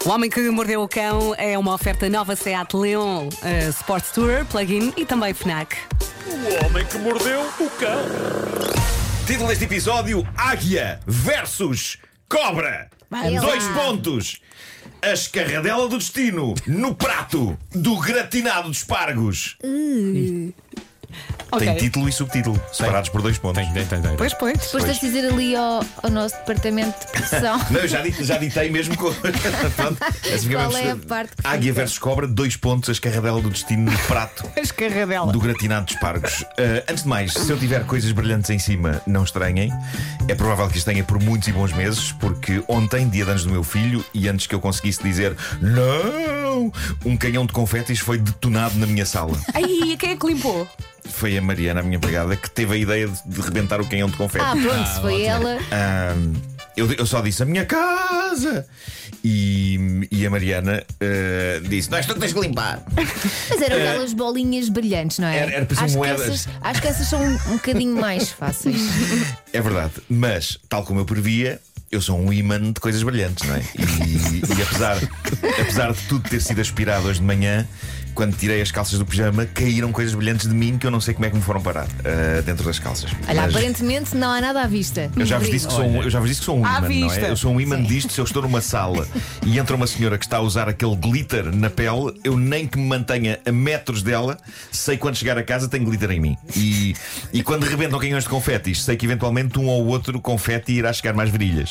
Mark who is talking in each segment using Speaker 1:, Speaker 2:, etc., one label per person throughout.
Speaker 1: O Homem que Mordeu o Cão é uma oferta nova Seat Leon Sports Tourer, plug-in e também FNAC.
Speaker 2: O Homem que Mordeu o Cão.
Speaker 3: Título deste episódio: Águia versus Cobra.
Speaker 4: Vai lá.
Speaker 3: 2 pontos. A escarradela do destino no prato do gratinado de espargos.
Speaker 1: Ok.
Speaker 3: Tem título e subtítulo, separados por 2 pontos.
Speaker 2: Tem.
Speaker 1: Pois.
Speaker 4: Depois tens de dizer ali ao nosso departamento de produção.
Speaker 3: Não, eu já ditei mesmo com. Pronto, assim
Speaker 4: Qual
Speaker 3: vamos-
Speaker 4: é a parte que
Speaker 3: Águia versus Cobra, 2 pontos. A escarradela do destino no prato
Speaker 1: A escarradela.
Speaker 3: do gratinado de espargos. Antes de mais, se eu tiver coisas brilhantes em cima, não estranhem. É provável que isto tenha por muitos e bons meses, porque ontem, dia de anos do meu filho, e antes que eu conseguisse dizer não, um canhão de confetis foi detonado na minha sala.
Speaker 1: Ai, quem é que limpou?
Speaker 3: Foi a Mariana, a minha empregada, que teve a ideia de rebentar o canhão de confetis.
Speaker 4: Pronto, se foi ela.
Speaker 3: Eu só disse a minha casa. E a Mariana disse: não, isto que tens que limpar.
Speaker 4: Mas eram aquelas bolinhas brilhantes, não é?
Speaker 3: Era para ser
Speaker 4: acho
Speaker 3: moedas.
Speaker 4: acho que essas são um bocadinho mais fáceis.
Speaker 3: É verdade, mas tal como eu previa, eu sou um imã de coisas brilhantes, não é? E apesar de tudo ter sido aspirado hoje de manhã, quando tirei as calças do pijama, caíram coisas brilhantes de mim que eu não sei como é que me foram parar dentro das calças.
Speaker 4: Olha,
Speaker 3: Mas
Speaker 4: aparentemente não há nada à vista.
Speaker 3: eu já vos disse que sou um
Speaker 1: À
Speaker 3: imã, não
Speaker 1: vista.
Speaker 3: é? Eu sou um imã disto. Se eu estou numa sala e entra uma senhora que está a usar aquele glitter na pele, eu nem que me mantenha a metros dela, sei quando chegar a casa tenho glitter em mim. E quando rebentam canhões de confetis, sei que eventualmente um ou outro confeti irá chegar mais virilhas.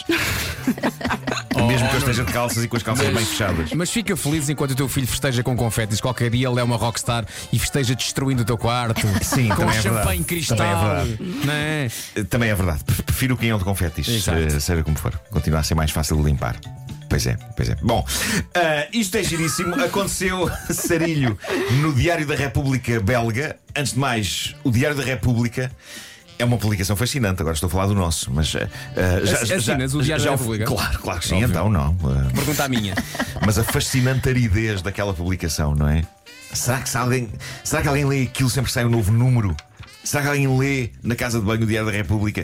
Speaker 3: Mesmo que eu esteja de calças e com as calças bem fechadas.
Speaker 2: Mas fica feliz enquanto o teu filho festeja com confetes. Qualquer dia ele é uma rockstar e festeja destruindo o teu quarto.
Speaker 3: Sim,
Speaker 2: com
Speaker 3: também é
Speaker 2: champanhe
Speaker 3: verdade.
Speaker 2: cristal.
Speaker 3: Também é verdade.
Speaker 2: Não é?
Speaker 3: Também é verdade. Prefiro o canhão de confetis,
Speaker 2: Exato.
Speaker 3: seja como for. Continua a ser mais fácil de limpar. Pois é. Bom, isto é giríssimo. Aconteceu, Sarilho, no Diário da República Belga. Antes de mais, o Diário da República é uma publicação fascinante. Agora estou a falar do nosso, mas
Speaker 2: Assinas o Diário da República?
Speaker 3: Claro que sim,
Speaker 2: Óbvio.
Speaker 3: então não.
Speaker 2: Pergunta a minha.
Speaker 3: Mas a fascinante aridez daquela publicação, não é? Será que alguém lê aquilo sempre que sai um novo número? Será que alguém lê na casa de banho o Diário da República?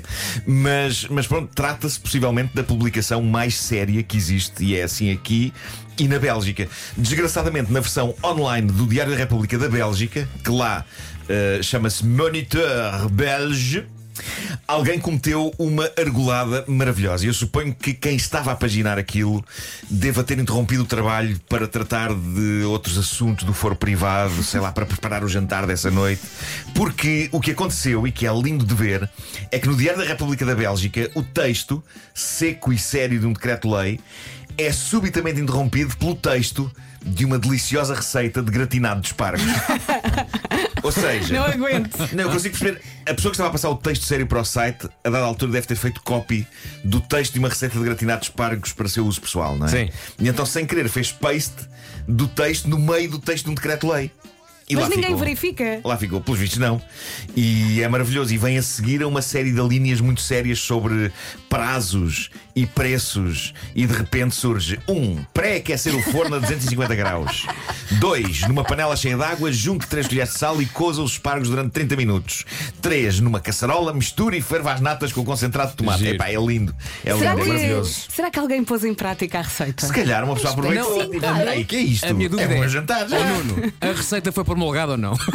Speaker 3: Mas pronto, trata-se possivelmente da publicação mais séria que existe, e é assim aqui e na Bélgica. Desgraçadamente, na versão online do Diário da República da Bélgica, que lá chama-se Moniteur Belge, alguém cometeu uma argolada maravilhosa. E eu suponho que quem estava a paginar aquilo deva ter interrompido o trabalho para tratar de outros assuntos do foro privado, sei lá, para preparar o jantar dessa noite. Porque o que aconteceu, e que é lindo de ver, é que no Diário da República da Bélgica o texto seco e sério de um decreto-lei é subitamente interrompido pelo texto de uma deliciosa receita de gratinado de espargos. Ou seja,
Speaker 1: Não aguento.
Speaker 3: não, eu consigo perceber. A pessoa que estava a passar o texto sério para o site, a dada altura deve ter feito copy do texto de uma receita de gratinado de espargos para seu uso pessoal, não é?
Speaker 2: Sim.
Speaker 3: E então, sem querer, fez paste do texto no meio do texto de um decreto-lei. E
Speaker 1: Mas
Speaker 3: lá
Speaker 1: ninguém
Speaker 3: ficou.
Speaker 1: verifica.
Speaker 3: Lá ficou, pelos vistos não. E é maravilhoso. E vem a seguir a uma série de linhas muito sérias sobre prazos e preços. E de repente surge: 1. Pré-aquecer o forno a 250 graus. 2. Numa panela cheia de água, junte 3 colheres de sal e coza os espargos durante 30 minutos. 3. Numa caçarola, misture e ferva as natas com concentrado de tomate.
Speaker 2: Giro.
Speaker 3: Epá, é lindo. É lindo, é maravilhoso.
Speaker 1: Será que alguém pôs em prática a receita?
Speaker 3: Se calhar uma pessoa aproveitou.
Speaker 4: Sim, claro.
Speaker 3: Ei, que é isto?
Speaker 2: A minha dúvida
Speaker 3: é bom
Speaker 2: é:
Speaker 3: jantar já.
Speaker 2: Ó, Nuno, a receita foi promulgada ou não?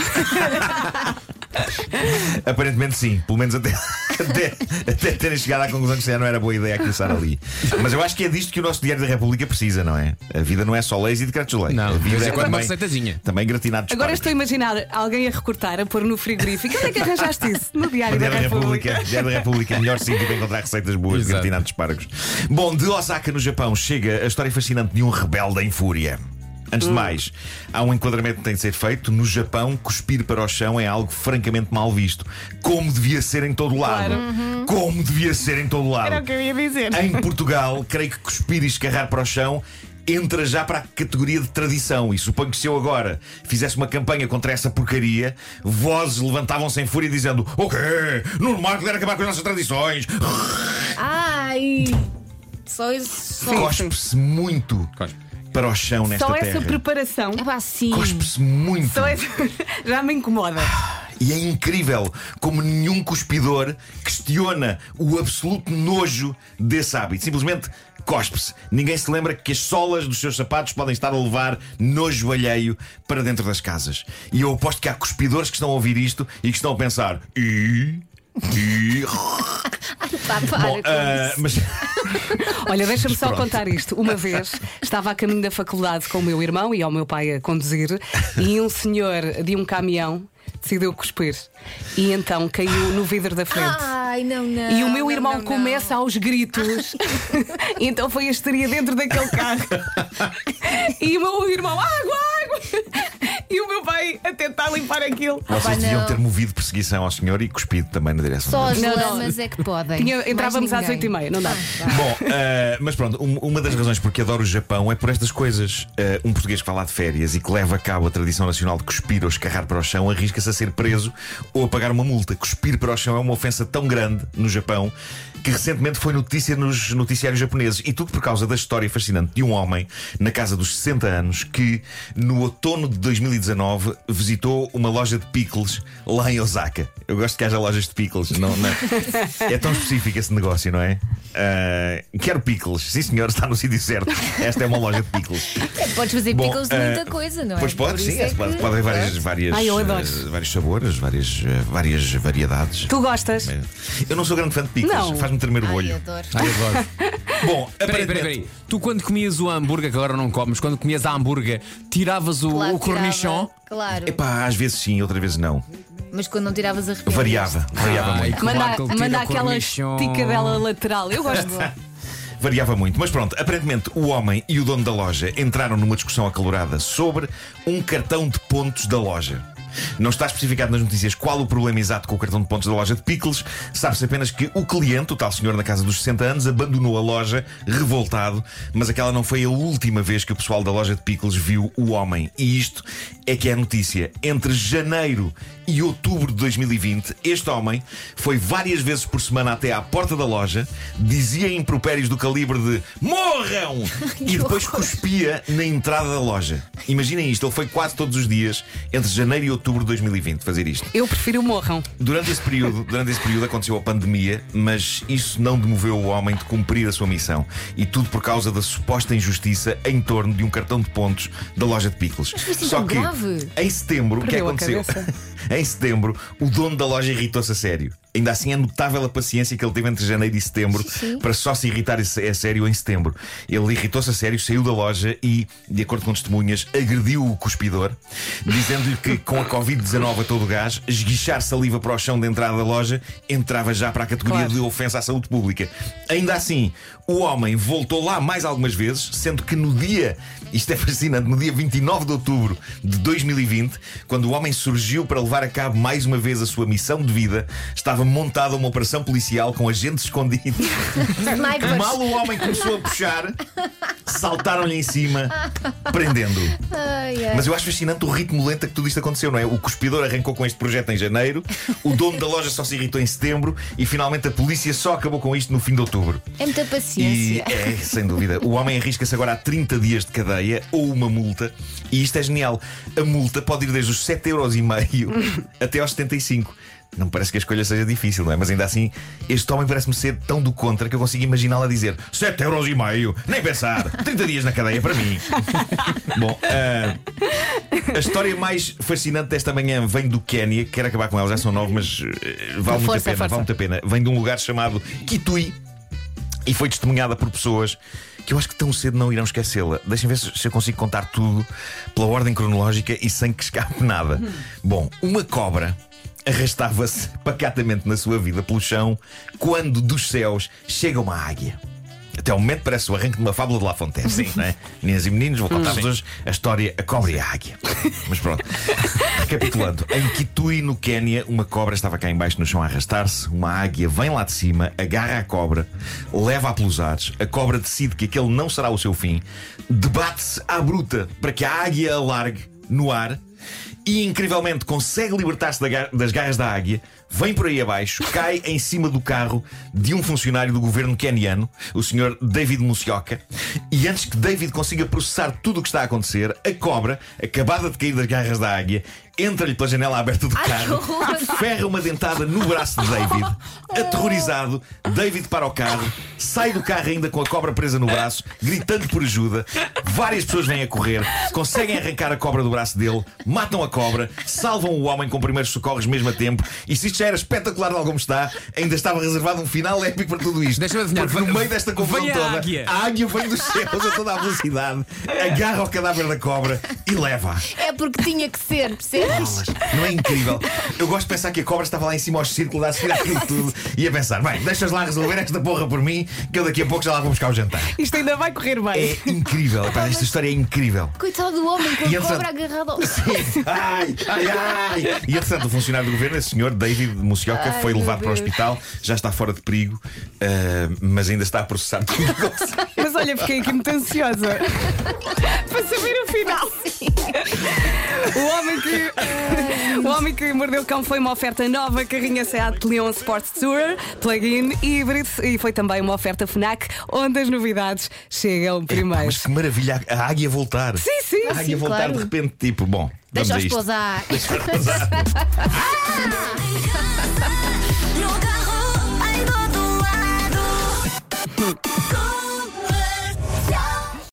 Speaker 3: Aparentemente sim, pelo menos até terem chegado à conclusão que se calhar não era boa ideia começar ali. Mas eu acho que é disto que o nosso Diário da República precisa, não é? A vida não é só leis e decretos-lei.
Speaker 2: Não,
Speaker 3: a
Speaker 2: de
Speaker 3: vida
Speaker 2: vez em
Speaker 3: é
Speaker 2: quando uma
Speaker 3: também,
Speaker 2: receitazinha.
Speaker 3: também gratinado de
Speaker 1: Agora
Speaker 3: espargos.
Speaker 1: estou a imaginar alguém a recortar, a pôr no frigorífico. Onde é que arranjaste isso? No Diário da República.
Speaker 3: Diário da República, melhor sítio para encontrar receitas boas de
Speaker 2: Exato.
Speaker 3: gratinado de espargos. Bom, de Osaka, no Japão, chega a história fascinante de um rebelde em fúria. Antes de mais, há um enquadramento que tem de ser feito. No Japão, cuspir para o chão é algo francamente mal visto. Como devia ser em todo o lado.
Speaker 1: Claro.
Speaker 3: Como devia ser em todo o lado.
Speaker 1: Era o que eu ia dizer.
Speaker 3: Em Portugal, creio que cuspir e escarrar para o chão entra já para a categoria de tradição. E suponho que se eu agora fizesse uma campanha contra essa porcaria, vozes levantavam-se em fúria dizendo: o quê? Nuno Marco deve acabar com as nossas tradições.
Speaker 4: Ai! Só isso.
Speaker 3: Cospe-se muito para o chão nesta
Speaker 1: Só
Speaker 3: terra.
Speaker 1: essa preparação.
Speaker 4: É pá, sim.
Speaker 3: Cospe-se muito.
Speaker 1: Só essa... Já me incomoda.
Speaker 3: E é incrível como nenhum cuspidor questiona o absoluto nojo desse hábito. Simplesmente cospe-se. Ninguém se lembra que as solas dos seus sapatos podem estar a levar nojo alheio para dentro das casas. E eu aposto que há cuspidores que estão a ouvir isto e que estão a pensar: Bom, mas
Speaker 1: Olha, deixa-me só contar isto. Uma vez estava a caminho da faculdade com o meu irmão e ao meu pai a conduzir, e um senhor de um caminhão decidiu cuspir. E então caiu no vidro da frente.
Speaker 4: Ai, não.
Speaker 1: E o meu irmão começa aos gritos. E então foi a histeria dentro daquele carro. E o meu irmão, água! E o meu pai a tentar limpar aquilo.
Speaker 3: vocês deviam ter movido perseguição ao senhor e cuspido também na direção
Speaker 4: Só
Speaker 3: dele.
Speaker 4: as lamas é que podem.
Speaker 1: Entrávamos
Speaker 4: Mais
Speaker 1: às
Speaker 4: ninguém.
Speaker 1: 8h30, não dá.
Speaker 3: Bom, mas pronto, uma das razões porque adoro o Japão é por estas coisas. Um português que vai lá de férias e que leva a cabo a tradição nacional de cuspir ou escarrar para o chão arrisca-se a ser preso ou a pagar uma multa. Cuspir para o chão é uma ofensa tão grande no Japão que recentemente foi notícia nos noticiários japoneses. E tudo por causa da história fascinante de um homem na casa dos 60 anos que, no outono de 2019, visitou uma loja de pickles lá em Osaka. Eu gosto que haja lojas de pickles. É tão específico esse negócio, não é? Quero pickles. Sim, senhor, está no sítio certo. Esta é uma loja de pickles.
Speaker 4: Podes fazer
Speaker 3: Bom,
Speaker 4: pickles de muita coisa, não é?
Speaker 3: Pois pode,
Speaker 4: Por
Speaker 3: sim.
Speaker 4: isso é
Speaker 3: Pode
Speaker 4: que-
Speaker 3: haver várias,
Speaker 1: Ai, eu adoro.
Speaker 3: vários sabores, várias variedades.
Speaker 1: Tu gostas?
Speaker 3: Eu não sou grande fã de pickles.
Speaker 1: Não.
Speaker 3: Faz-me tremer o
Speaker 4: Ai,
Speaker 3: olho.
Speaker 4: adoro.
Speaker 2: Ai, adoro.
Speaker 3: Bom,
Speaker 2: Peraí. Tu, quando comias o hambúrguer, que agora não comes, quando comias a hambúrguer, tiravas o
Speaker 4: Claro,
Speaker 2: cornichon?
Speaker 4: tirava, claro.
Speaker 3: Epá, às vezes sim, outras vezes não.
Speaker 4: Mas quando não tiravas a arrependeste.
Speaker 3: Variava
Speaker 2: Ai,
Speaker 3: muito.
Speaker 2: que
Speaker 1: Manda,
Speaker 2: claro que ele tira
Speaker 1: manda
Speaker 2: o
Speaker 1: aquela
Speaker 2: cornichon.
Speaker 1: esticadela lateral. Eu gosto.
Speaker 3: Variava muito. Mas pronto, aparentemente o homem e o dono da loja entraram numa discussão acalorada sobre um cartão de pontos da loja. Não está especificado nas notícias qual o problema exato com o cartão de pontos da loja de pickles. Sabe-se apenas que o cliente, o tal senhor na casa dos 60 anos, abandonou a loja revoltado. Mas aquela não foi a última vez que o pessoal da loja de pickles viu o homem. E isto é que é a notícia. Entre janeiro e outubro de 2020, este homem foi várias vezes por semana até à porta da loja, dizia impropérios do calibre de morram! E depois cuspia na entrada da loja. Imaginem isto, ele foi quase todos os dias, entre janeiro e outubro de 2020, fazer isto.
Speaker 1: Eu prefiro o morram.
Speaker 3: Durante esse período aconteceu a pandemia, mas isso não demoveu o homem de cumprir a sua missão. E tudo por causa da suposta injustiça em torno de um cartão de pontos da loja de pickles.
Speaker 4: foi assim
Speaker 3: Só
Speaker 4: tão
Speaker 3: que,
Speaker 4: grave?
Speaker 3: em setembro, o que é que
Speaker 1: Perdeu a
Speaker 3: aconteceu?
Speaker 1: cabeça.
Speaker 3: Em setembro, o dono da loja irritou-se a sério. Ainda assim é notável a paciência que ele teve entre janeiro e setembro
Speaker 4: Sim.
Speaker 3: para só se irritar a sério em setembro. Ele irritou-se a sério, saiu da loja e, de acordo com testemunhas, agrediu o cuspidor, dizendo-lhe que com a Covid-19 a todo gás, esguichar saliva para o chão de entrada da loja entrava já para a categoria
Speaker 1: Claro.
Speaker 3: de ofensa à saúde pública. Ainda assim, o homem voltou lá mais algumas vezes, sendo que no dia, isto é fascinante, no dia 29 de outubro de 2020, quando o homem surgiu para levar a cabo mais uma vez a sua missão de vida, estava montada uma operação policial com agentes escondidos.
Speaker 4: Snipers.
Speaker 3: Mal o homem começou a puxar, saltaram-lhe em cima, prendendo-o.
Speaker 4: Ai, ai.
Speaker 3: Mas eu acho fascinante o ritmo lento a que tudo isto aconteceu, não é? O cuspidor arrancou com este projeto em janeiro, o dono da loja só se irritou em setembro e finalmente a polícia só acabou com isto no fim de outubro.
Speaker 4: É muita
Speaker 3: E
Speaker 4: paciência.
Speaker 3: sem dúvida. O homem arrisca-se agora a 30 dias de cadeia ou uma multa. E isto é genial. A multa pode ir desde os 7,5€ até aos 75. Não me parece que a escolha seja difícil, não é? Mas ainda assim, este homem parece-me ser tão do contra que eu consigo imaginá-lo a dizer 7,5€, nem pensar, 30 dias na cadeia para mim. Bom, a história mais fascinante desta manhã vem do Quénia. Quero acabar com ela, já são 9, mas vale muito a pena, vale muito a pena. Vem de um lugar chamado Kitui e foi testemunhada por pessoas que eu acho que tão cedo não irão esquecê-la. Deixem ver se eu consigo contar tudo pela ordem cronológica e sem que escape nada. Bom, uma cobra arrastava-se pacatamente na sua vida pelo chão quando dos céus chega uma águia. Até o momento parece o arranque de uma fábula de La Fontaine. Sim, não é? Meninas e meninos, vou contar-vos hoje a história A Cobra e a Águia. Mas pronto, recapitulando, em Kitui, no Quénia, uma cobra estava cá em baixo no chão a arrastar-se. Uma águia vem lá de cima, agarra a cobra, leva-a pelos ares. A cobra decide que aquele não será o seu fim, debate-se à bruta para que a águia a largue no ar. e incrivelmente consegue libertar-se das garras da águia, vem por aí abaixo, cai em cima do carro de um funcionário do governo queniano, o Sr. David Musyoka, e antes que David consiga processar tudo o que está a acontecer, a cobra, acabada de cair das garras da águia, entra-lhe pela janela aberta do carro, ferra uma dentada no braço de David. Aterrorizado, David para o carro, sai do carro ainda com a cobra presa no braço, gritando por ajuda. Várias pessoas vêm a correr, conseguem arrancar a cobra do braço dele, matam a cobra, salvam o homem com primeiros socorros mesmo a tempo. E se isto já era espetacular de algum está, ainda estava reservado um final épico para tudo isto.
Speaker 2: Deixa-me adivinhar,
Speaker 3: porque no meio desta confusão
Speaker 2: vem
Speaker 3: toda,
Speaker 2: a
Speaker 3: águia vem dos céus a toda a velocidade, agarra o cadáver da cobra e leva-a.
Speaker 4: É porque tinha que ser, percebes?
Speaker 3: Não é incrível? Eu gosto de pensar que a cobra estava lá em cima aos círculos a aspirar aquilo tudo e a pensar: bem, deixas lá resolver esta porra por mim, que eu daqui a pouco já lá vou buscar o jantar.
Speaker 1: Isto ainda vai correr bem.
Speaker 3: É incrível, epá, esta história é incrível.
Speaker 4: Coitado do homem com
Speaker 3: E
Speaker 4: a
Speaker 3: entretanto-
Speaker 4: cobra agarrada ao.
Speaker 3: Sim. Ai, ai, ai. E entretanto, o funcionário do governo, esse senhor David Musyoka,
Speaker 4: Ai,
Speaker 3: foi
Speaker 4: meu
Speaker 3: levado para o
Speaker 4: Deus.
Speaker 3: hospital, já está fora de perigo, mas ainda está a processar tudo.
Speaker 1: Mas olha, fiquei aqui muito ansiosa para saber o final. O homem que mordeu o cão foi uma oferta nova, carrinha Seat Leon Sport Tourer, plug-in híbrido, e foi também uma oferta FNAC, onde as novidades chegam primeiro.
Speaker 3: Mas que maravilha, a águia voltar.
Speaker 1: Sim, sim.
Speaker 3: A águia
Speaker 4: sim,
Speaker 3: voltar
Speaker 4: claro.
Speaker 3: de repente, tipo, bom, vamos a
Speaker 4: Deixa-os
Speaker 3: isto.
Speaker 4: pousar.
Speaker 3: Deixa-os pousar.